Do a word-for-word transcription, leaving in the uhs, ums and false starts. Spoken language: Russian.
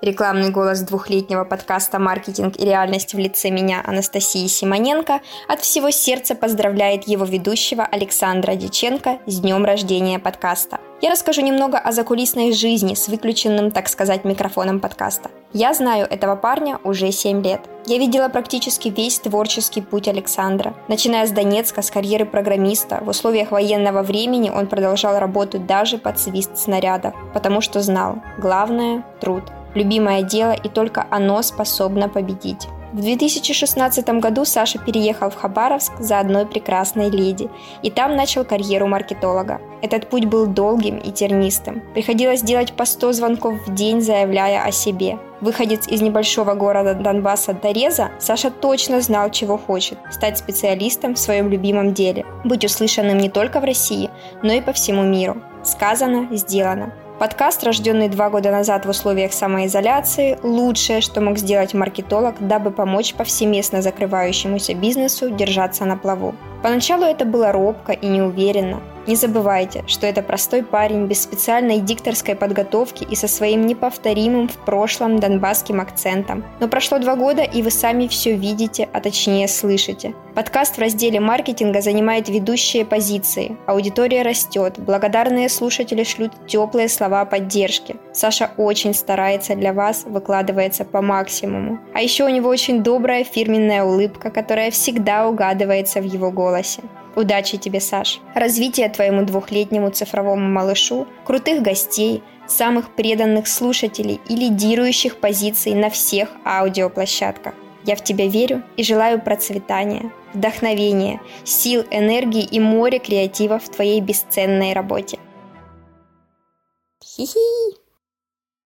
Рекламный голос двухлетнего подкаста «Маркетинг и реальность» в лице меня, Анастасии Симоненко, от всего сердца поздравляет его ведущего Александра Дьяченко с днем рождения подкаста. Я расскажу немного о закулисной жизни с выключенным, так сказать, микрофоном подкаста. Я знаю этого парня уже семь лет. Я видела практически весь творческий путь Александра. Начиная с Донецка, с карьеры программиста, в условиях военного времени он продолжал работать даже под свист снарядов, потому что знал, главное – труд. Любимое дело, и только оно способно победить. В две тысячи шестнадцатом году Саша переехал в Хабаровск за одной прекрасной леди, и там начал карьеру маркетолога. Этот путь был долгим и тернистым. Приходилось делать по сто звонков в день, заявляя о себе. Выходец из небольшого города Донбасса Дореза, Саша точно знал, чего хочет – стать специалистом в своем любимом деле, быть услышанным не только в России, но и по всему миру. Сказано, сделано. Подкаст, рожденный два года назад в условиях самоизоляции, лучшее, что мог сделать маркетолог, дабы помочь повсеместно закрывающемуся бизнесу держаться на плаву. Поначалу это было робко и неуверенно. Не забывайте, что это простой парень без специальной дикторской подготовки и со своим неповторимым в прошлом донбасским акцентом. Но прошло два года, и вы сами все видите, а точнее слышите. Подкаст в разделе маркетинга занимает ведущие позиции. Аудитория растет, благодарные слушатели шлют теплые слова поддержки. Саша очень старается для вас, выкладывается по максимуму. А еще у него очень добрая фирменная улыбка, которая всегда угадывается в его голосе. Удачи тебе, Саш! Развития твоему двухлетнему цифровому малышу, крутых гостей, самых преданных слушателей и лидирующих позиций на всех аудиоплощадках. Я в тебя верю и желаю процветания, вдохновения, сил, энергии и моря креатива в твоей бесценной работе. Хи-хи!